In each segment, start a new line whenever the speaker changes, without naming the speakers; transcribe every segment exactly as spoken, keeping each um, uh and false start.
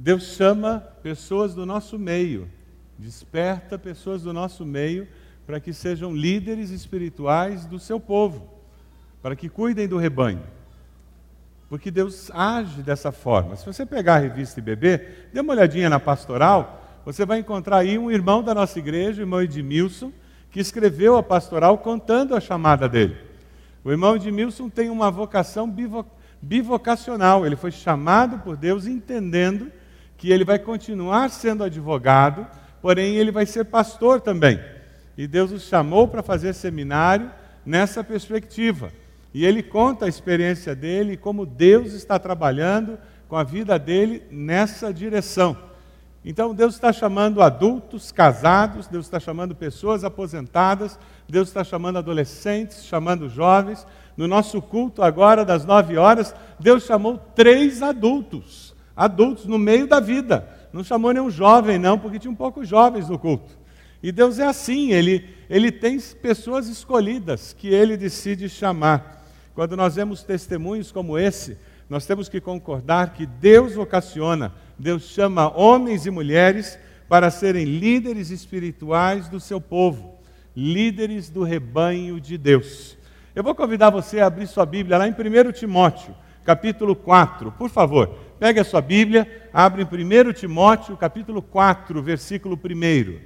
Deus chama pessoas do nosso meio, desperta pessoas do nosso meio para que sejam líderes espirituais do seu povo, para que cuidem do rebanho. Porque Deus age dessa forma. Se você pegar a revista I B B, dê uma olhadinha na pastoral, você vai encontrar aí um irmão da nossa igreja, o irmão Edmilson, que escreveu a pastoral contando a chamada dele. O irmão Edmilson tem uma vocação bivo, bivocacional, ele foi chamado por Deus entendendo que ele vai continuar sendo advogado, porém ele vai ser pastor também. E Deus o chamou para fazer seminário nessa perspectiva. E ele conta a experiência dele e como Deus está trabalhando com a vida dele nessa direção. Então Deus está chamando adultos, casados, Deus está chamando pessoas aposentadas, Deus está chamando adolescentes, chamando jovens. No nosso culto agora, das nove horas, Deus chamou três adultos, adultos no meio da vida. Não chamou nenhum jovem não, porque tinha um poucos jovens no culto. E Deus é assim, Ele, ele tem pessoas escolhidas que Ele decide chamar. Quando nós vemos testemunhos como esse, nós temos que concordar que Deus vocaciona, Deus chama homens e mulheres para serem líderes espirituais do seu povo, líderes do rebanho de Deus. Eu vou convidar você a abrir sua Bíblia lá em primeiro Timóteo, capítulo quatro, por favor. Pegue a sua Bíblia, abre em primeiro Timóteo, capítulo quatro, versículo um.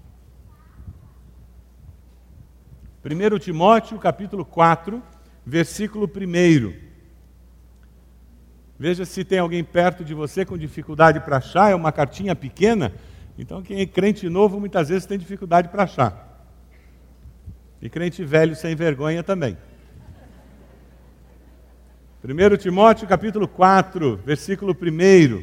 primeiro Timóteo, capítulo quatro, versículo um. Veja se tem alguém perto de você com dificuldade para achar, é uma cartinha pequena, então quem é crente novo muitas vezes tem dificuldade para achar. E crente velho sem vergonha também. primeiro Timóteo capítulo quatro, versículo um.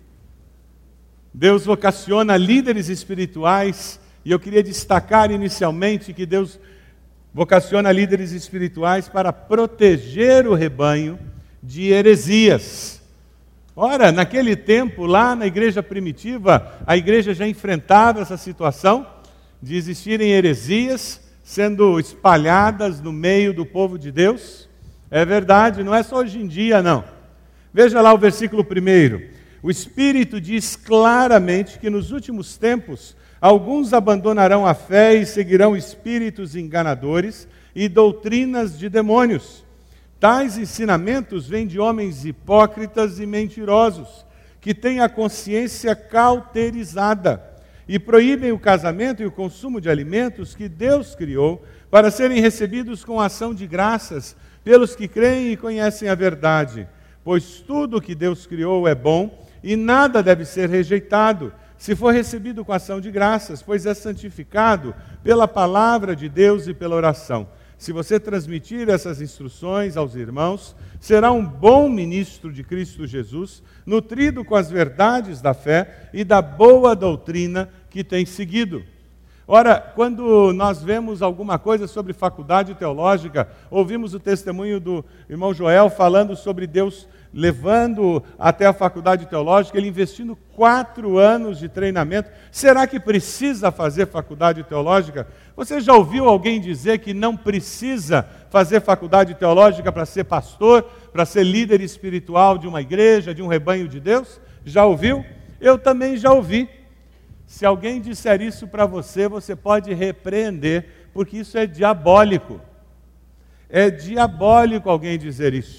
Deus vocaciona líderes espirituais, e eu queria destacar inicialmente que Deus vocaciona líderes espirituais para proteger o rebanho de heresias. Ora, naquele tempo, lá na igreja primitiva, a igreja já enfrentava essa situação de existirem heresias sendo espalhadas no meio do povo de Deus. É verdade, não é só hoje em dia, não. Veja lá o versículo um. O Espírito diz claramente que nos últimos tempos alguns abandonarão a fé e seguirão espíritos enganadores e doutrinas de demônios. Tais ensinamentos vêm de homens hipócritas e mentirosos, que têm a consciência cauterizada e proíbem o casamento e o consumo de alimentos que Deus criou para serem recebidos com ação de graças pelos que creem e conhecem a verdade. Pois tudo o que Deus criou é bom e nada deve ser rejeitado, se for recebido com ação de graças, pois é santificado pela palavra de Deus e pela oração. Se você transmitir essas instruções aos irmãos, será um bom ministro de Cristo Jesus, nutrido com as verdades da fé e da boa doutrina que tem seguido. Ora, quando nós vemos alguma coisa sobre faculdade teológica, ouvimos o testemunho do irmão Joel falando sobre Deus levando até a faculdade teológica, ele investindo quatro anos de treinamento. Será que precisa fazer faculdade teológica? Você já ouviu alguém dizer que não precisa fazer faculdade teológica para ser pastor, para ser líder espiritual de uma igreja, de um rebanho de Deus? Já ouviu? Eu também já ouvi. Se alguém disser isso para você, você pode repreender, porque isso é diabólico. É diabólico alguém dizer isso.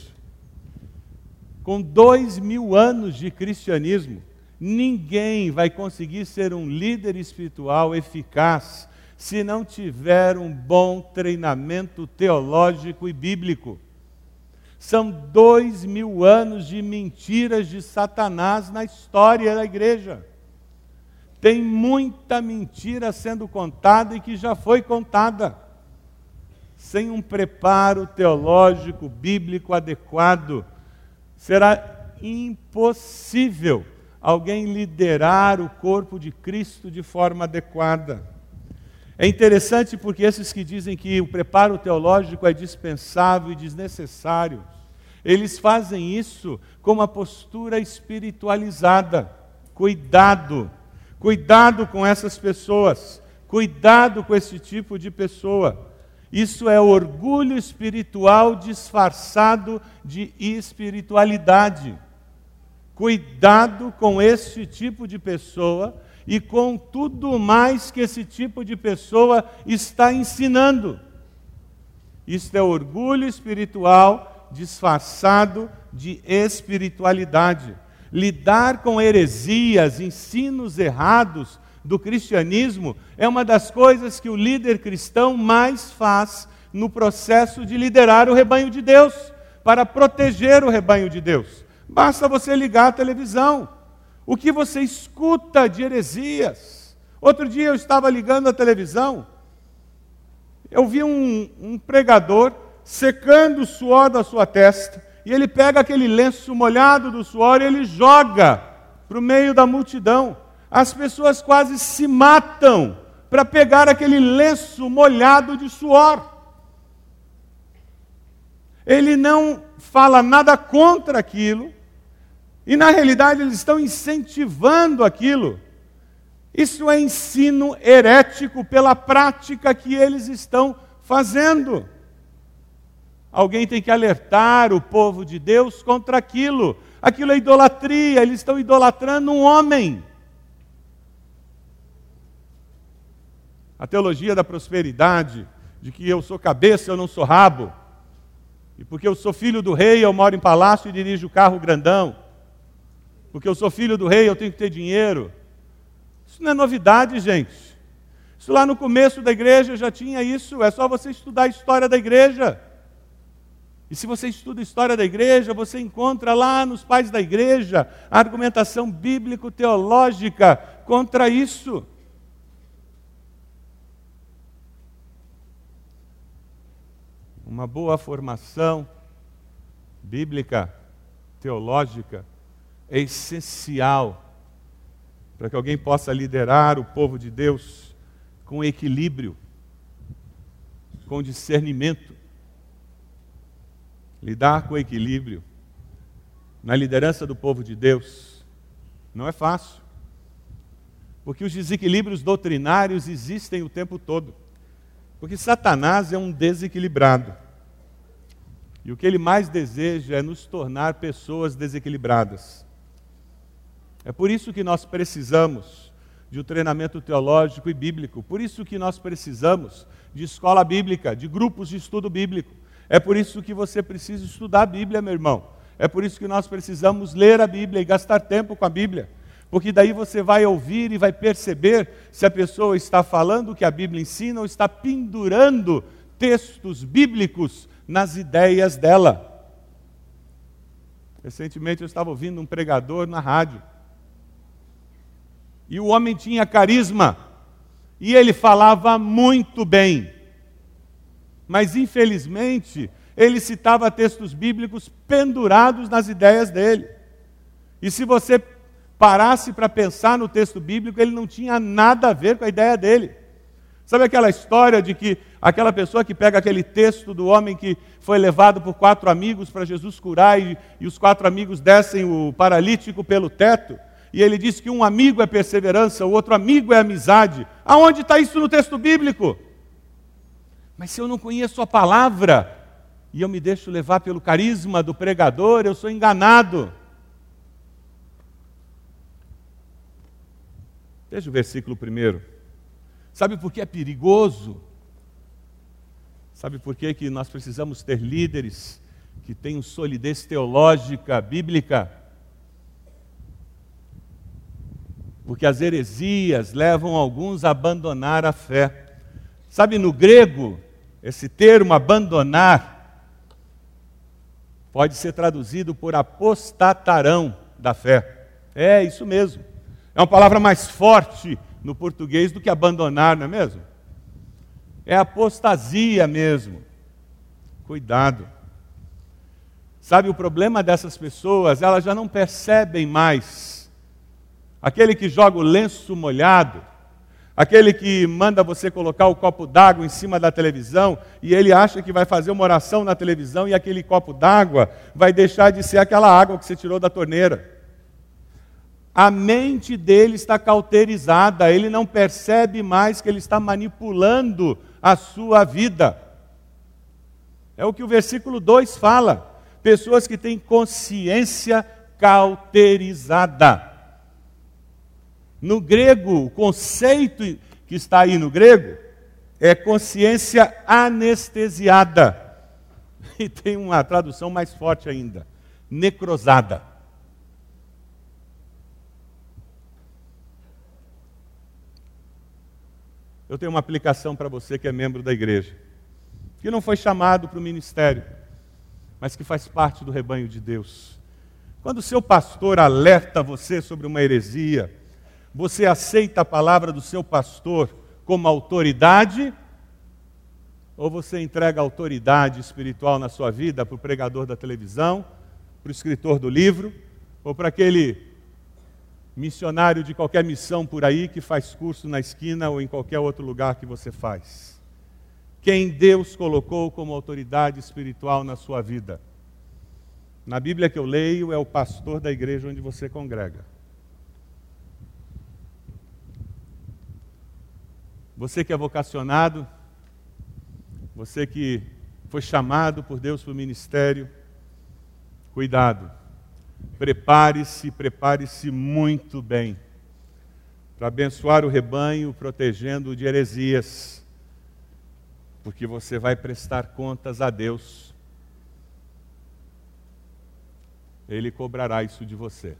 Com dois mil anos de cristianismo, ninguém vai conseguir ser um líder espiritual eficaz se não tiver um bom treinamento teológico e bíblico. São dois mil anos de mentiras de Satanás na história da igreja. Tem muita mentira sendo contada e que já foi contada. Sem um preparo teológico, bíblico adequado, será impossível alguém liderar o corpo de Cristo de forma adequada. É interessante porque esses que dizem que o preparo teológico é dispensável e desnecessário, eles fazem isso com uma postura espiritualizada. Cuidado, cuidado com essas pessoas, cuidado com esse tipo de pessoa. Isso é orgulho espiritual disfarçado de espiritualidade. Cuidado com esse tipo de pessoa e com tudo mais que esse tipo de pessoa está ensinando. Isto é orgulho espiritual disfarçado de espiritualidade. Lidar com heresias, ensinos errados do cristianismo é uma das coisas que o líder cristão mais faz no processo de liderar o rebanho de Deus, para proteger o rebanho de Deus. Basta você ligar a televisão. O que você escuta de heresias? Outro dia eu estava ligando a televisão, eu vi um, um pregador secando o suor da sua testa, e ele pega aquele lenço molhado do suor e ele joga para o meio da multidão. As pessoas quase se matam para pegar aquele lenço molhado de suor. Ele não fala nada contra aquilo, e na realidade eles estão incentivando aquilo. Isso é ensino herético pela prática que eles estão fazendo. Alguém tem que alertar o povo de Deus contra aquilo. Aquilo é idolatria, eles estão idolatrando um homem. A teologia da prosperidade, de que eu sou cabeça, eu não sou rabo, e porque eu sou filho do rei, eu moro em palácio e dirijo carro grandão, porque eu sou filho do rei, eu tenho que ter dinheiro. Isso não é novidade, gente. Isso lá no começo da igreja já tinha isso, é só você estudar a história da igreja. E se você estuda a história da igreja, você encontra lá nos pais da igreja a argumentação bíblico-teológica contra isso. Uma boa formação bíblica, teológica, é essencial para que alguém possa liderar o povo de Deus com equilíbrio, com discernimento. Lidar com equilíbrio na liderança do povo de Deus não é fácil, porque os desequilíbrios doutrinários existem o tempo todo. Porque Satanás é um desequilibrado. E o que ele mais deseja é nos tornar pessoas desequilibradas. É por isso que nós precisamos de um treinamento teológico e bíblico. Por isso que nós precisamos de escola bíblica, de grupos de estudo bíblico. É por isso que você precisa estudar a Bíblia, meu irmão. É por isso que nós precisamos ler a Bíblia e gastar tempo com a Bíblia. Porque daí você vai ouvir e vai perceber se a pessoa está falando o que a Bíblia ensina ou está pendurando textos bíblicos nas ideias dela. Recentemente eu estava ouvindo um pregador na rádio. E o homem tinha carisma. E ele falava muito bem. Mas infelizmente ele citava textos bíblicos pendurados nas ideias dele. E se você parasse para pensar no texto bíblico, ele não tinha nada a ver com a ideia dele. Sabe aquela história de que aquela pessoa que pega aquele texto do homem que foi levado por quatro amigos para Jesus curar e, e os quatro amigos descem o paralítico pelo teto, e ele diz que um amigo é perseverança, o outro amigo é amizade. Aonde está isso no texto bíblico? Mas se eu não conheço a palavra e eu me deixo levar pelo carisma do pregador, eu sou enganado. Veja o versículo primeiro. Sabe por que é perigoso? Sabe por que que nós precisamos ter líderes que tenham solidez teológica, bíblica? Porque as heresias levam alguns a abandonar a fé. Sabe, no grego, esse termo abandonar pode ser traduzido por apostatarão da fé. É isso mesmo. É uma palavra mais forte no português do que abandonar, não é mesmo? É apostasia mesmo. Cuidado. Sabe, o problema dessas pessoas, elas já não percebem mais. Aquele que joga o lenço molhado, aquele que manda você colocar o copo d'água em cima da televisão e ele acha que vai fazer uma oração na televisão e aquele copo d'água vai deixar de ser aquela água que você tirou da torneira. A mente dele está cauterizada, ele não percebe mais que ele está manipulando a sua vida. É o que o versículo dois fala. Pessoas que têm consciência cauterizada. No grego, o conceito que está aí no grego é consciência anestesiada. E tem uma tradução mais forte ainda, necrosada. Eu tenho uma aplicação para você que é membro da igreja, que não foi chamado para o ministério, mas que faz parte do rebanho de Deus. Quando o seu pastor alerta você sobre uma heresia, você aceita a palavra do seu pastor como autoridade, ou você entrega a autoridade espiritual na sua vida para o pregador da televisão, para o escritor do livro, ou para aquele missionário de qualquer missão por aí que faz curso na esquina ou em qualquer outro lugar que você faz? Quem Deus colocou como autoridade espiritual na sua vida? Na Bíblia que eu leio, é o pastor da igreja onde você congrega. Você que é vocacionado, você que foi chamado por Deus para o ministério, cuidado, prepare-se, prepare-se muito bem para abençoar o rebanho, protegendo-o de heresias, porque você vai prestar contas a Deus. Ele cobrará isso de você.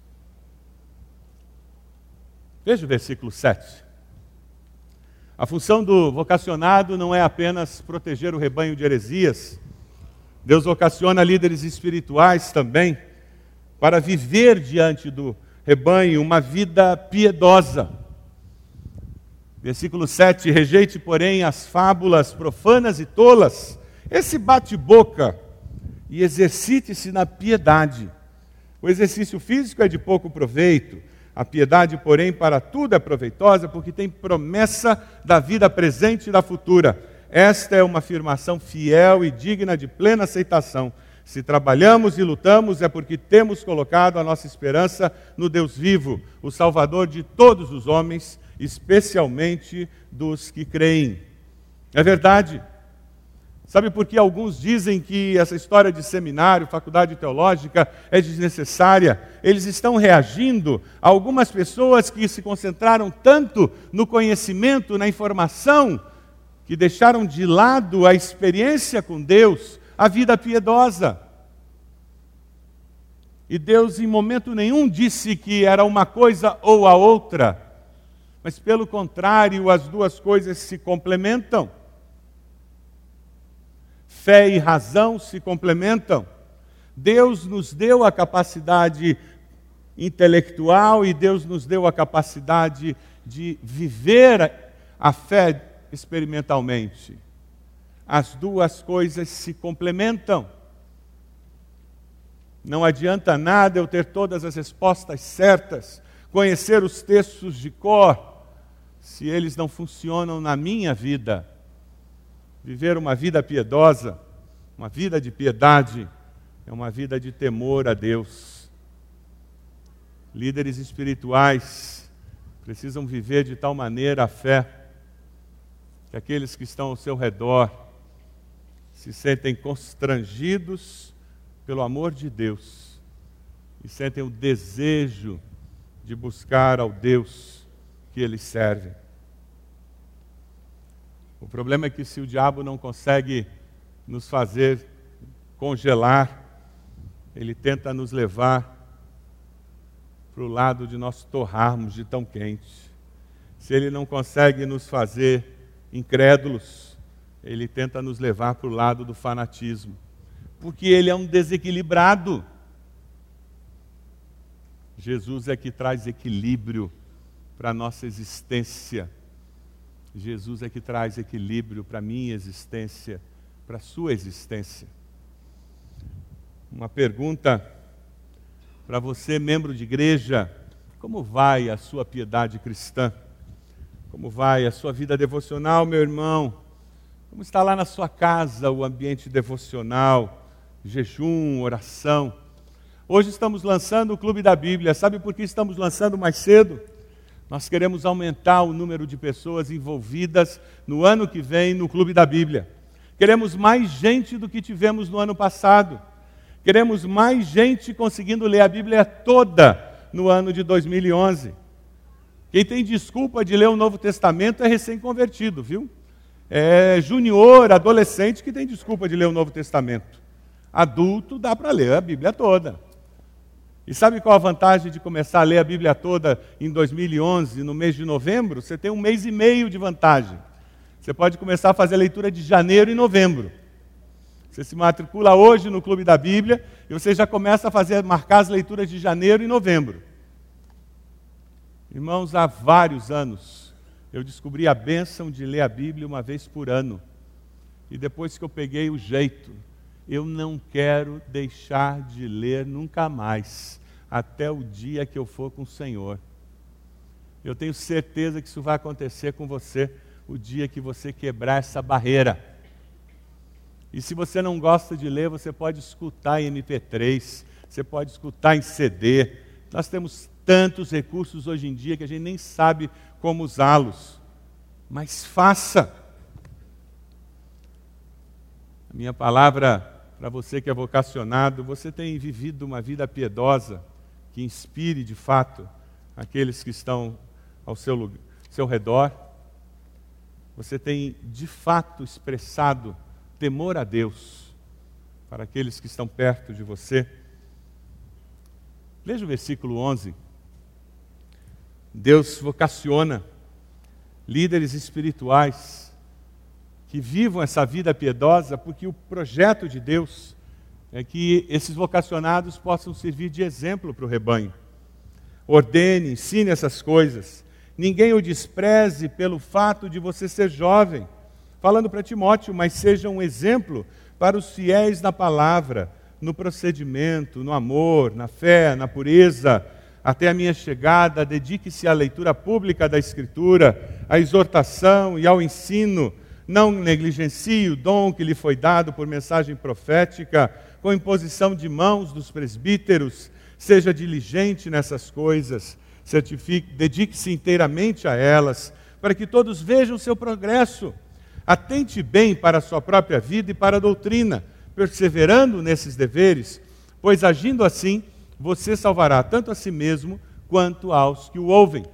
Veja o versículo sete. A função do vocacionado não é apenas proteger o rebanho de heresias. Deus vocaciona líderes espirituais também para viver diante do rebanho uma vida piedosa. Versículo sete, rejeite, porém, as fábulas profanas e tolas, esse bate-boca, e exercite-se na piedade. O exercício físico é de pouco proveito, a piedade, porém, para tudo é proveitosa, porque tem promessa da vida presente e da futura. Esta é uma afirmação fiel e digna de plena aceitação. Se trabalhamos e lutamos, é porque temos colocado a nossa esperança no Deus vivo, o Salvador de todos os homens, especialmente dos que creem. É verdade. Sabe por que alguns dizem que essa história de seminário, faculdade teológica é desnecessária? Eles estão reagindo a algumas pessoas que se concentraram tanto no conhecimento, na informação, que deixaram de lado a experiência com Deus, a vida piedosa. E Deus em momento nenhum disse que era uma coisa ou a outra, mas pelo contrário, as duas coisas se complementam. Fé e razão se complementam. Deus nos deu a capacidade intelectual e Deus nos deu a capacidade de viver a fé experimentalmente. As duas coisas se complementam. Não adianta nada eu ter todas as respostas certas, conhecer os textos de cor, se eles não funcionam na minha vida. Viver uma vida piedosa, uma vida de piedade, é uma vida de temor a Deus. Líderes espirituais precisam viver de tal maneira a fé, que aqueles que estão ao seu redor se sentem constrangidos pelo amor de Deus e sentem o desejo de buscar ao Deus que eles servem. O problema é que se o diabo não consegue nos fazer congelar, ele tenta nos levar para o lado de nós torrarmos de tão quente. Se ele não consegue nos fazer incrédulos, ele tenta nos levar para o lado do fanatismo, porque ele é um desequilibrado. Jesus é que traz equilíbrio para a nossa existência. Jesus é que traz equilíbrio para a minha existência, para a sua existência. Uma pergunta para você, membro de igreja: como vai a sua piedade cristã? Como vai a sua vida devocional, meu irmão? Como está lá na sua casa o ambiente devocional, jejum, oração? Hoje estamos lançando o Clube da Bíblia. Sabe por que estamos lançando mais cedo? Nós queremos aumentar o número de pessoas envolvidas no ano que vem no Clube da Bíblia. Queremos mais gente do que tivemos no ano passado. Queremos mais gente conseguindo ler a Bíblia toda no ano de dois mil e onze. Quem tem desculpa de ler o Novo Testamento é recém-convertido, viu? É junior, adolescente que tem desculpa de ler o Novo Testamento. Adulto dá para ler a Bíblia toda. E sabe qual a vantagem de começar a ler a Bíblia toda em dois mil e onze, no mês de novembro? Você tem um mês e meio de vantagem. Você pode começar a fazer a leitura de janeiro e novembro. Você se matricula hoje no Clube da Bíblia e você já começa a fazer, marcar as leituras de janeiro e novembro. Irmãos, há vários anos eu descobri a bênção de ler a Bíblia uma vez por ano. E depois que eu peguei o jeito, eu não quero deixar de ler nunca mais, até o dia que eu for com o Senhor. Eu tenho certeza que isso vai acontecer com você, o dia que você quebrar essa barreira. E se você não gosta de ler, você pode escutar em M P três, você pode escutar em C D. Nós temos tantos recursos hoje em dia que a gente nem sabe como usá-los. Mas faça. A minha palavra para você que é vocacionado, você tem vivido uma vida piedosa, que inspire de fato aqueles que estão ao seu, seu redor. Você tem de fato expressado temor a Deus para aqueles que estão perto de você. Veja o versículo onze. Deus vocaciona líderes espirituais que vivam essa vida piedosa, porque o projeto de Deus é que esses vocacionados possam servir de exemplo para o rebanho. Ordene, ensine essas coisas. Ninguém o despreze pelo fato de você ser jovem. Falando para Timóteo, mas seja um exemplo para os fiéis na palavra, no procedimento, no amor, na fé, na pureza. Até a minha chegada, dedique-se à leitura pública da Escritura, à exortação e ao ensino. Não negligencie o dom que lhe foi dado por mensagem profética, com imposição de mãos dos presbíteros. Seja diligente nessas coisas, certifique, dedique-se inteiramente a elas, para que todos vejam o seu progresso. Atente bem para a sua própria vida e para a doutrina, perseverando nesses deveres, pois agindo assim, você salvará tanto a si mesmo quanto aos que o ouvem.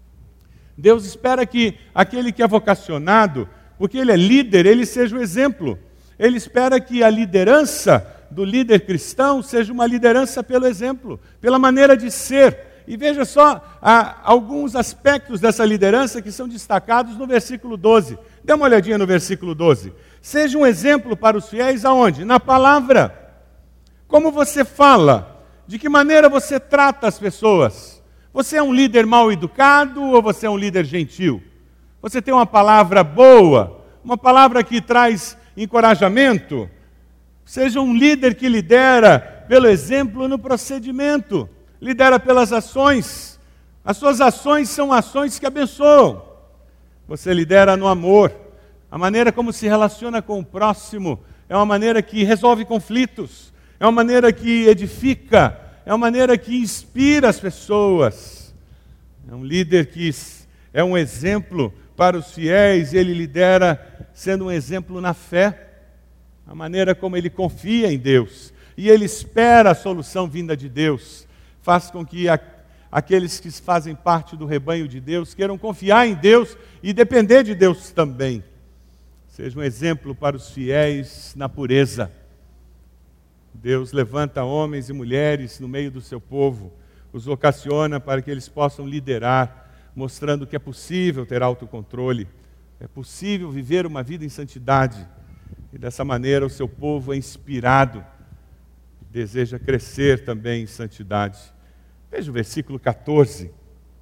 Deus espera que aquele que é vocacionado, porque ele é líder, ele seja o exemplo. Ele espera que a liderança do líder cristão seja uma liderança pelo exemplo, pela maneira de ser. E veja só há alguns aspectos dessa liderança que são destacados no versículo doze. Dê uma olhadinha no versículo doze. Seja um exemplo para os fiéis aonde? Na palavra. Como você fala? De que maneira você trata as pessoas? Você é um líder mal educado ou você é um líder gentil? Você tem uma palavra boa? Uma palavra que traz encorajamento? Seja um líder que lidera pelo exemplo no procedimento. Lidera pelas ações. As suas ações são ações que abençoam. Você lidera no amor. A maneira como se relaciona com o próximo é uma maneira que resolve conflitos. É uma maneira que edifica. É uma maneira que inspira as pessoas. É um líder que é um exemplo para os fiéis. Ele lidera sendo um exemplo na fé. A maneira como ele confia em Deus. E ele espera a solução vinda de Deus. Faz com que a, aqueles que fazem parte do rebanho de Deus queiram confiar em Deus e depender de Deus também. Seja um exemplo para os fiéis na pureza. Deus levanta homens e mulheres no meio do seu povo, os vocaciona para que eles possam liderar, mostrando que é possível ter autocontrole, é possível viver uma vida em santidade. E dessa maneira o seu povo é inspirado, deseja crescer também em santidade. Veja o versículo catorze.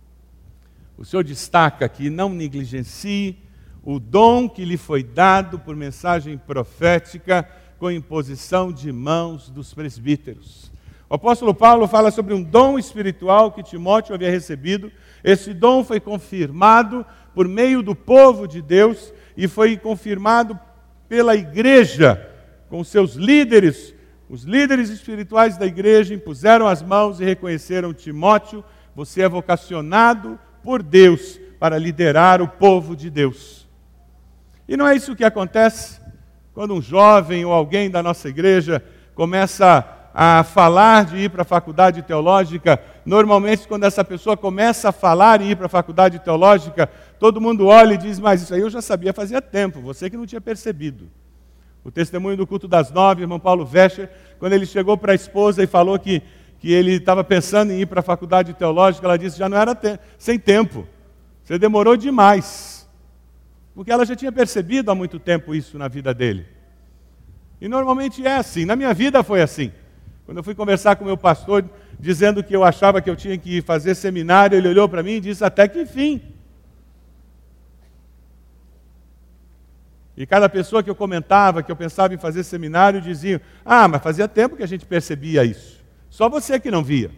O Senhor destaca que não negligencie o dom que lhe foi dado por mensagem profética com imposição de mãos dos presbíteros. O apóstolo Paulo fala sobre um dom espiritual que Timóteo havia recebido. Esse dom foi confirmado por meio do povo de Deus e foi confirmado pela igreja, com seus líderes. Os líderes espirituais da igreja impuseram as mãos e reconheceram Timóteo. Você é vocacionado por Deus para liderar o povo de Deus. E não é isso que acontece quando um jovem ou alguém da nossa igreja começa a falar de ir para a faculdade teológica, normalmente quando essa pessoa começa a falar em ir para a faculdade teológica, todo mundo olha e diz, mas isso aí eu já sabia fazia tempo, você que não tinha percebido. O testemunho do culto das nove, irmão Paulo Vescher, quando ele chegou para a esposa e falou que, que ele estava pensando em ir para a faculdade teológica, ela disse, já não era te- sem tempo, você demorou demais. Porque ela já tinha percebido há muito tempo isso na vida dele. E normalmente é assim, na minha vida foi assim. Quando eu fui conversar com o meu pastor, dizendo que eu achava que eu tinha que fazer seminário, ele olhou para mim e disse, até que enfim. E cada pessoa que eu comentava, que eu pensava em fazer seminário, dizia, ah, mas fazia tempo que a gente percebia isso. Só você que não via.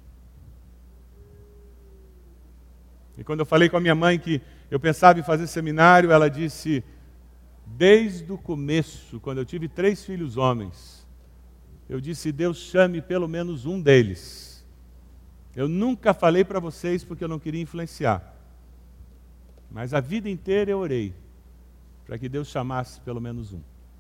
E quando eu falei com a minha mãe que eu pensava em fazer seminário, ela disse, desde o começo, quando eu tive três filhos homens, eu disse, Deus chame pelo menos um deles. Eu nunca falei para vocês porque eu não queria influenciar. Mas a vida inteira eu orei para que Deus chamasse pelo menos um.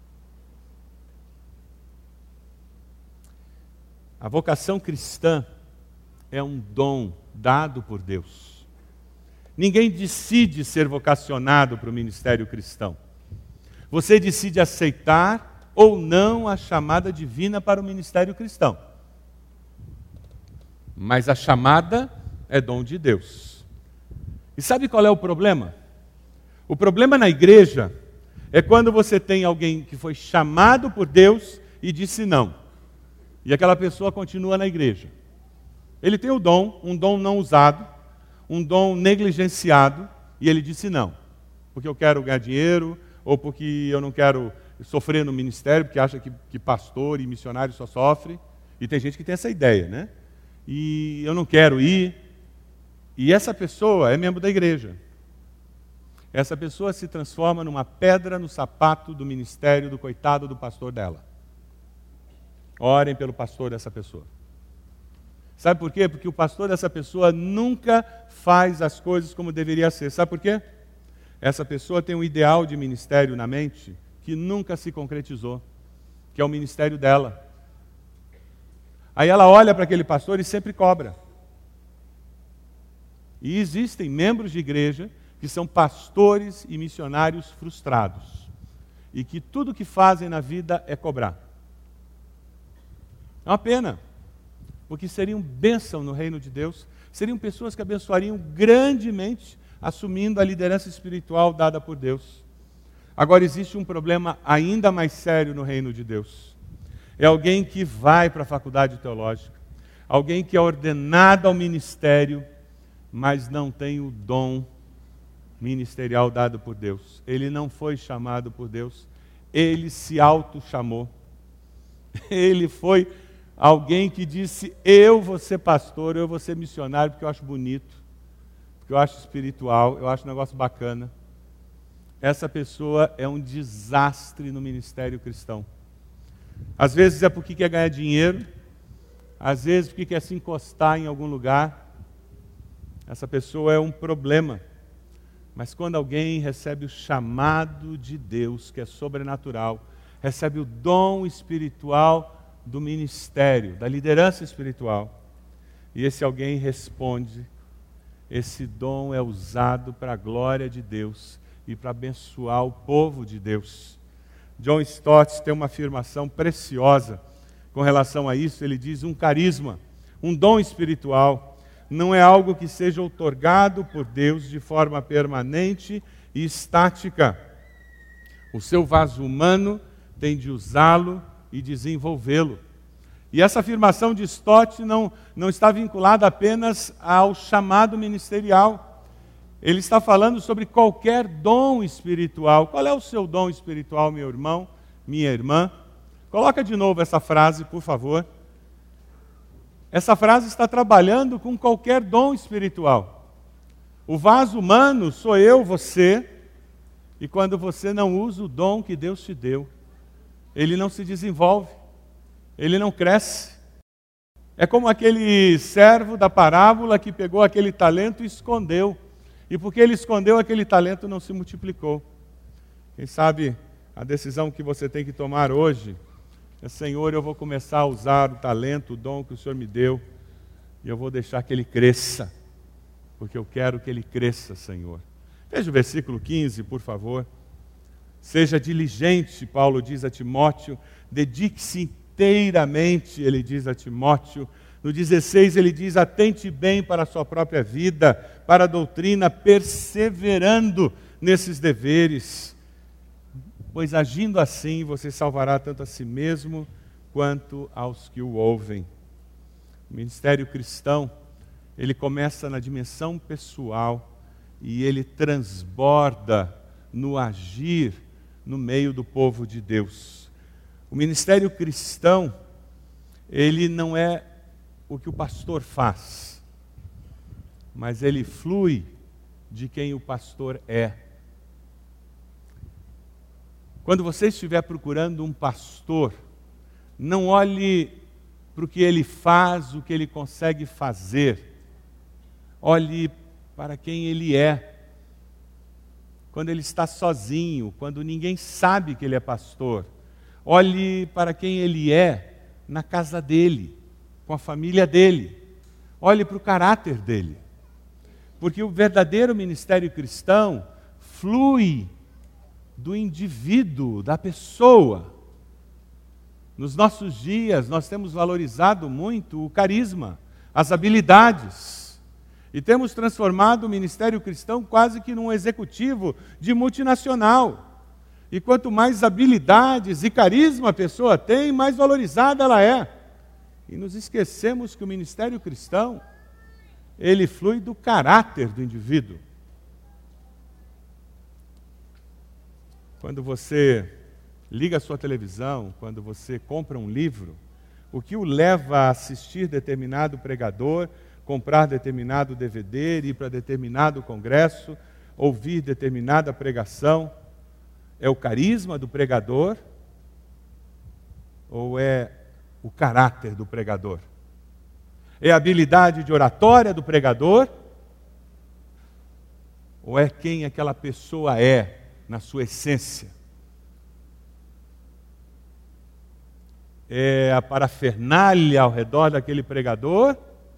A vocação cristã é um dom dado por Deus. Ninguém decide ser vocacionado para o ministério cristão. Você decide aceitar ou não a chamada divina para o ministério cristão. Mas a chamada é dom de Deus. E sabe qual é o problema? O problema na igreja é quando você tem alguém que foi chamado por Deus e disse não. E aquela pessoa continua na igreja. Ele tem o dom, um dom não usado, um dom negligenciado, e ele disse não. Porque eu quero ganhar dinheiro, ou porque eu não quero sofrer no ministério, porque acha que, que pastor e missionário só sofre. E tem gente que tem essa ideia, né? E eu não quero ir. E essa pessoa é membro da igreja. Essa pessoa se transforma numa pedra no sapato do ministério do coitado do pastor dela. Orem pelo pastor dessa pessoa. Sabe por quê? Porque o pastor dessa pessoa nunca faz as coisas como deveria ser. Sabe por quê? Essa pessoa tem um ideal de ministério na mente que nunca se concretizou, que é o ministério dela. Aí ela olha para aquele pastor e sempre cobra. E existem membros de igreja que são pastores e missionários frustrados e que tudo que fazem na vida é cobrar. É uma pena, porque seriam bênção no reino de Deus, seriam pessoas que abençoariam grandemente, assumindo a liderança espiritual dada por Deus. Agora existe um problema ainda mais sério no reino de Deus. É alguém que vai para a faculdade teológica, alguém que é ordenado ao ministério, mas não tem o dom ministerial dado por Deus. Ele não foi chamado por Deus, ele se auto-chamou. Ele foi alguém que disse, eu vou ser pastor, eu vou ser missionário, porque eu acho bonito, porque eu acho espiritual, eu acho um negócio bacana. Essa pessoa é um desastre no ministério cristão. Às vezes é porque quer ganhar dinheiro, às vezes porque quer se encostar em algum lugar. Essa pessoa é um problema. Mas quando alguém recebe o chamado de Deus, que é sobrenatural, recebe o dom espiritual do ministério, da liderança espiritual, e esse alguém responde, esse dom é usado para a glória de Deus e para abençoar o povo de Deus. John Stott tem uma afirmação preciosa com relação a isso. Ele diz, um carisma, um dom espiritual, não é algo que seja outorgado por Deus de forma permanente e estática. O seu vaso humano tem de usá-lo e desenvolvê-lo. E essa afirmação de Stott não, não está vinculada apenas ao chamado ministerial. Ele está falando sobre qualquer dom espiritual. Qual é o seu dom espiritual, meu irmão, minha irmã? Coloca de novo essa frase, por favor. Essa frase está trabalhando com qualquer dom espiritual. O vaso humano sou eu, você, e quando você não usa o dom que Deus te deu, ele não se desenvolve, ele não cresce. É como aquele servo da parábola que pegou aquele talento e escondeu. E porque ele escondeu, aquele talento não se multiplicou. Quem sabe a decisão que você tem que tomar hoje é: Senhor, eu vou começar a usar o talento, o dom que o Senhor me deu, e eu vou deixar que ele cresça, porque eu quero que ele cresça, Senhor. Veja o versículo quinze, por favor. Seja diligente, Paulo diz a Timóteo, dedique-se inteiramente, ele diz a Timóteo. No dezesseis ele diz: atente bem para a sua própria vida, para a doutrina, perseverando nesses deveres, pois agindo assim você salvará tanto a si mesmo quanto aos que o ouvem. O ministério cristão, ele começa na dimensão pessoal e ele transborda no agir no meio do povo de Deus. O ministério cristão, ele não é o que o pastor faz, mas ele flui de quem o pastor é. Quando você estiver procurando um pastor, não olhe para o que ele faz, o que ele consegue fazer. Olhe para quem ele é. Quando ele está sozinho, quando ninguém sabe que ele é pastor, olhe para quem ele é na casa dele, com a família dele. Olhe para o caráter dele. Porque o verdadeiro ministério cristão flui do indivíduo, da pessoa. Nos nossos dias, nós temos valorizado muito o carisma, as habilidades. E temos transformado o ministério cristão quase que num executivo de multinacional. E quanto mais habilidades e carisma a pessoa tem, mais valorizada ela é. E nos esquecemos que o ministério cristão, ele flui do caráter do indivíduo. Quando você liga a sua televisão, quando você compra um livro, o que o leva a assistir determinado pregador, comprar determinado D V D, ir para determinado congresso, ouvir determinada pregação, é o carisma do pregador ou é o caráter do pregador? É a habilidade de oratória do pregador ou é quem aquela pessoa é na sua essência? É a parafernália ao redor daquele pregador?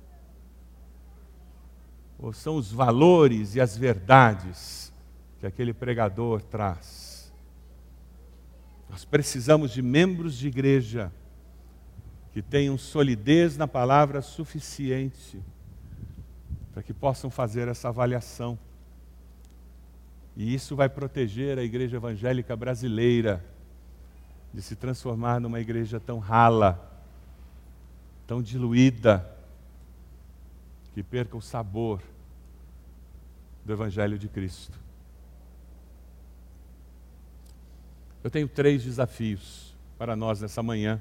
Ou são os valores e as verdades que aquele pregador traz? Nós precisamos de membros de igreja que tenham solidez na palavra suficiente para que possam fazer essa avaliação. E isso vai proteger a igreja evangélica brasileira de se transformar numa igreja tão rala, tão diluída, que perca o sabor do Evangelho de Cristo. Eu tenho três desafios para nós nessa manhã.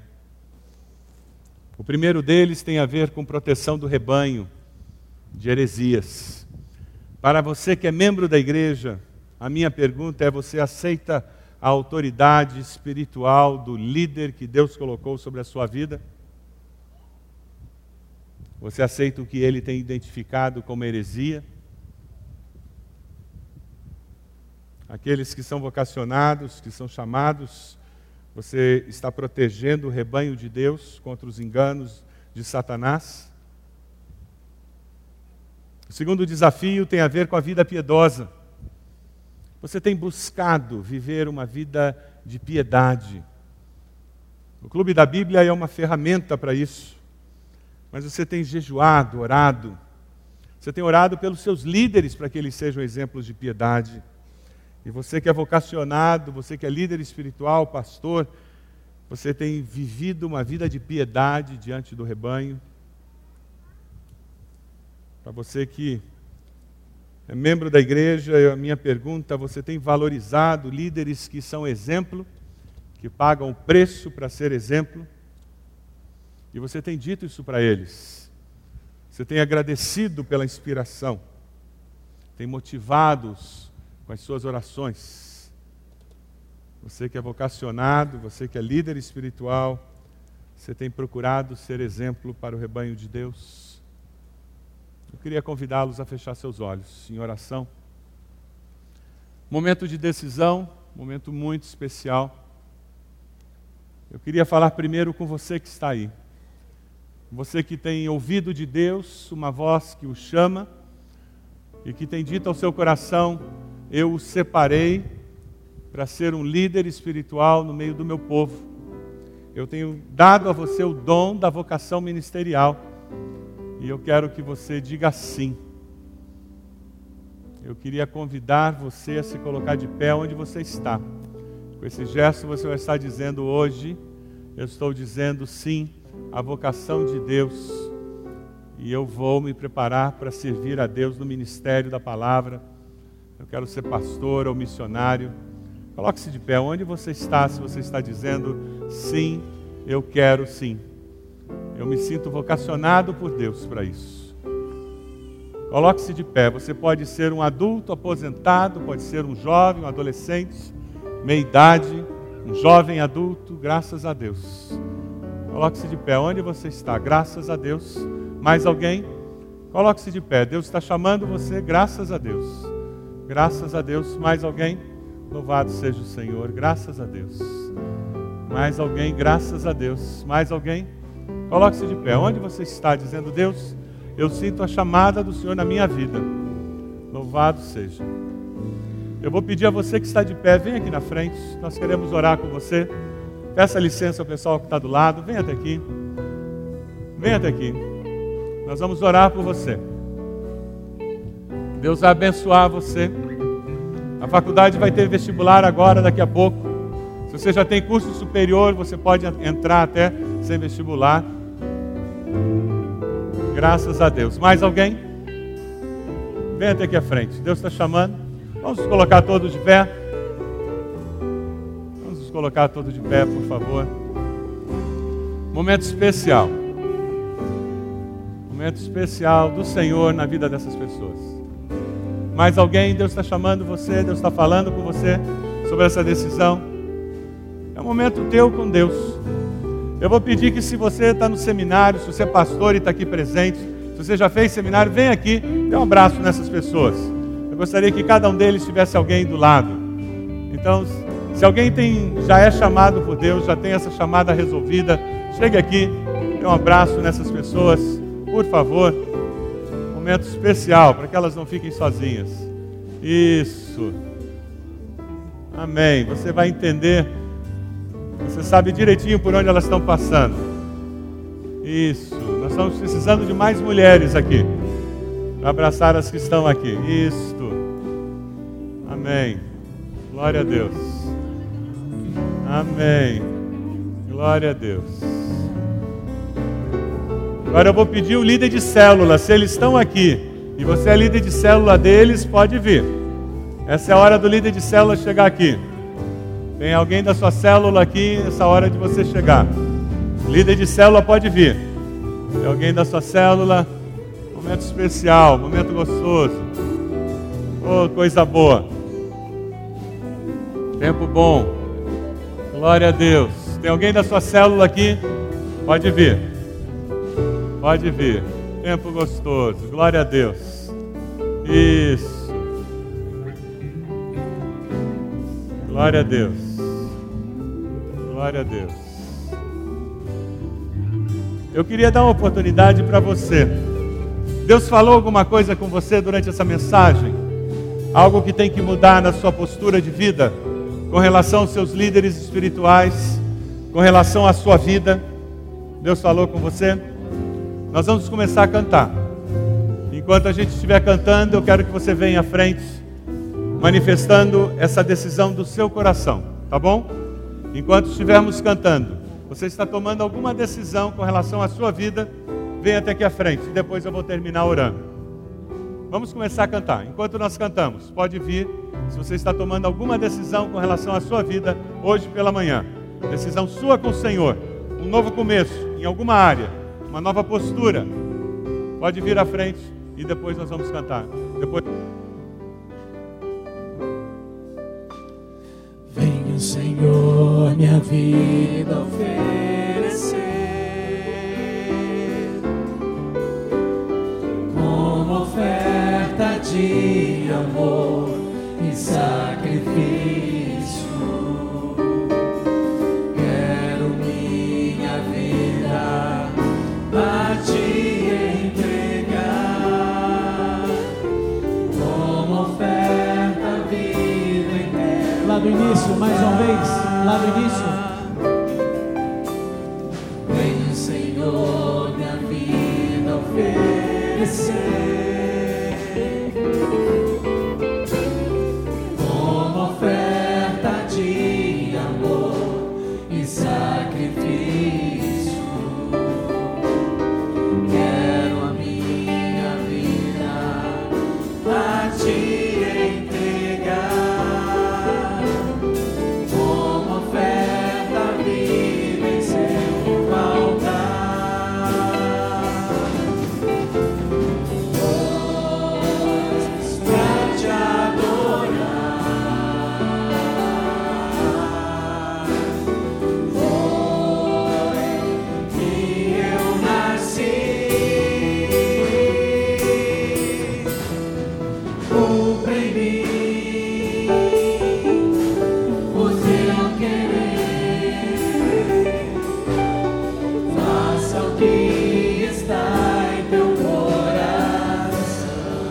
O primeiro deles tem a ver com proteção do rebanho de heresias. Para você que é membro da igreja, a minha pergunta é: você aceita a autoridade espiritual do líder que Deus colocou sobre a sua vida? Você aceita o que ele tem identificado como heresia? Aqueles que são vocacionados, que são chamados, você está protegendo o rebanho de Deus contra os enganos de Satanás? O segundo desafio tem a ver com a vida piedosa. Você tem buscado viver uma vida de piedade. O Clube da Bíblia é uma ferramenta para isso. Mas você tem jejuado, orado. Você tem orado pelos seus líderes para que eles sejam exemplos de piedade. E você que é vocacionado, você que é líder espiritual, pastor, você tem vivido uma vida de piedade diante do rebanho. Para você que é membro da igreja, a minha pergunta: você tem valorizado líderes que são exemplo, que pagam o preço para ser exemplo? E você tem dito isso para eles? Você tem agradecido pela inspiração? Tem motivado-os com as suas orações? Você que é vocacionado, você que é líder espiritual, você tem procurado ser exemplo para o rebanho de Deus? Eu queria convidá-los a fechar seus olhos em oração. Momento de decisão, momento muito especial. Eu queria falar primeiro com você que está aí. Você que tem ouvido de Deus uma voz que o chama e que tem dito ao seu coração: eu o separei para ser um líder espiritual no meio do meu povo. Eu tenho dado a você o dom da vocação ministerial e eu quero que você diga sim. Eu queria convidar você a se colocar de pé onde você está. Com esse gesto você vai estar dizendo: hoje eu estou dizendo sim à vocação de Deus e eu vou me preparar para servir a Deus no ministério da palavra. Eu quero ser pastor ou missionário. Coloque-se de pé onde você está, se você está dizendo sim, eu quero sim. Eu me sinto vocacionado por Deus para isso. Coloque-se de pé. Você pode ser um adulto aposentado, pode ser um jovem, um adolescente, meia idade, um jovem adulto, graças a Deus. Coloque-se de pé onde você está, graças a Deus. Mais alguém? Coloque-se de pé. Deus está chamando você, graças a Deus. Graças a Deus. Mais alguém? Louvado seja o Senhor, graças a Deus. Mais alguém? Graças a Deus. Mais alguém? Coloque-se de pé. Onde você está, dizendo: Deus, eu sinto a chamada do Senhor na minha vida. Louvado seja. Eu vou pedir a você que está de pé, vem aqui na frente. Nós queremos orar com você. Peça licença ao pessoal que está do lado. Vem até aqui. Vem até aqui. Nós vamos orar por você. Deus vai abençoar você. A faculdade vai ter vestibular agora, daqui a pouco. Se você já tem curso superior, você pode entrar até sem vestibular. Graças a Deus. Mais alguém? Vem até aqui à frente. Deus está chamando. Vamos nos colocar todos de pé. Vamos nos colocar todos de pé, por favor. Momento especial. Momento especial do Senhor na vida dessas pessoas. Mais alguém? Deus está chamando você, Deus está falando com você sobre essa decisão. É um momento teu com Deus. Eu vou pedir que, se você está no seminário, se você é pastor e está aqui presente, se você já fez seminário, vem aqui, dê um abraço nessas pessoas. Eu gostaria que cada um deles tivesse alguém do lado. Então, se alguém tem, já é chamado por Deus, já tem essa chamada resolvida, chegue aqui, dê um abraço nessas pessoas, por favor. Momento especial, para que elas não fiquem sozinhas. Isso. Amém. Você vai entender. Você sabe direitinho por onde elas estão passando. Isso. Nós estamos precisando de mais mulheres aqui, para abraçar as que estão aqui. Isso. Amém. Glória a Deus. Amém. Glória a Deus. Agora eu vou pedir o líder de célula, se eles estão aqui e você é líder de célula deles, pode vir. Essa é a hora do líder de célula chegar aqui. Tem alguém da sua célula aqui, essa hora de você chegar. Líder de célula pode vir. Tem alguém da sua célula, momento especial, momento gostoso. Oh, coisa boa. Tempo bom. Glória a Deus. Tem alguém da sua célula aqui? Pode vir. Pode vir. Tempo gostoso. Glória a Deus. Isso. Glória a Deus. Glória a Deus. Eu queria dar uma oportunidade para você. Deus falou alguma coisa com você durante essa mensagem? Algo que tem que mudar na sua postura de vida, com relação aos seus líderes espirituais, com relação à sua vida? Deus falou com você? Nós vamos começar a cantar. Enquanto a gente estiver cantando, eu quero que você venha à frente, manifestando essa decisão do seu coração, tá bom? Enquanto estivermos cantando, você está tomando alguma decisão com relação à sua vida, venha até aqui à frente, e depois eu vou terminar orando. Vamos começar a cantar. Enquanto nós cantamos, pode vir, se você está tomando alguma decisão com relação à sua vida, hoje pela manhã. Decisão sua com o Senhor, um novo começo em alguma área, uma nova postura, pode vir à frente e depois nós vamos cantar. Depois...
Venha, Senhor, minha vida oferecer como oferta de amor e sacrifício. Quero me vez, lá no início.
Venha, Senhor, minha vida oferecer como oferta de amor e sacrifício. Quero a minha vida a ti entregar como oferta viva em seu altar. Pois pra te adorar foi que eu nasci. Cumpra em mim o teu querer, faça o que está em teu coração,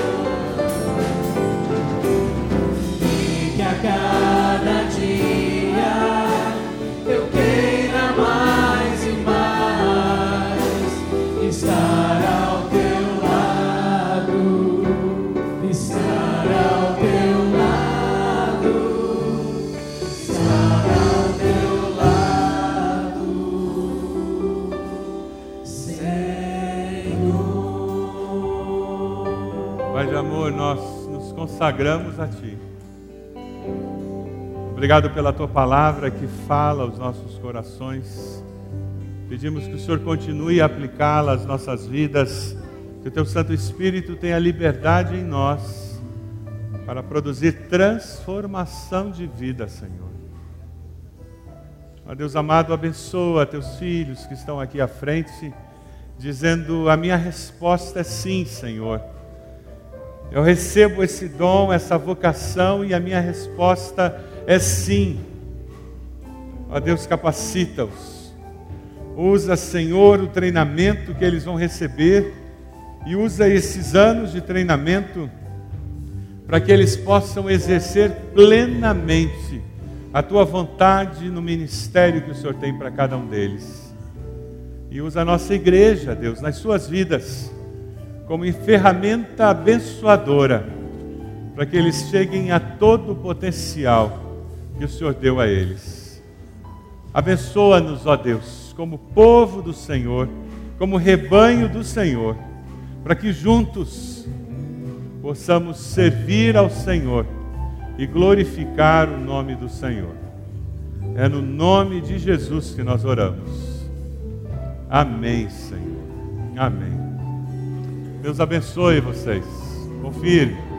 e que a cada dia eu queira mais e mais estar ao teu lado, estar ao teu lado, estar ao teu lado, Senhor.
Pai de amor, nós nos consagramos a Ti. Obrigado pela Tua palavra que fala aos nossos corações. Pedimos que o Senhor continue a aplicá-la às nossas vidas, que o Teu Santo Espírito tenha liberdade em nós para produzir transformação de vida, Senhor. Ó Deus amado, abençoa Teus filhos que estão aqui à frente, dizendo: a minha resposta é sim, Senhor. Eu recebo esse dom, essa vocação, e a minha resposta é sim. Ó Deus, capacita-os. Usa, Senhor, o treinamento que eles vão receber, e usa esses anos de treinamento para que eles possam exercer plenamente a Tua vontade no ministério que o Senhor tem para cada um deles. E usa a nossa igreja, Deus, nas suas vidas, como ferramenta abençoadora, para que eles cheguem a todo o potencial que o Senhor deu a eles. Abençoa-nos, ó Deus, como povo do Senhor, como rebanho do Senhor, para que juntos possamos servir ao Senhor e glorificar o nome do Senhor. É no nome de Jesus que nós oramos. Amém, Senhor. Amém. Deus abençoe vocês. Confirme.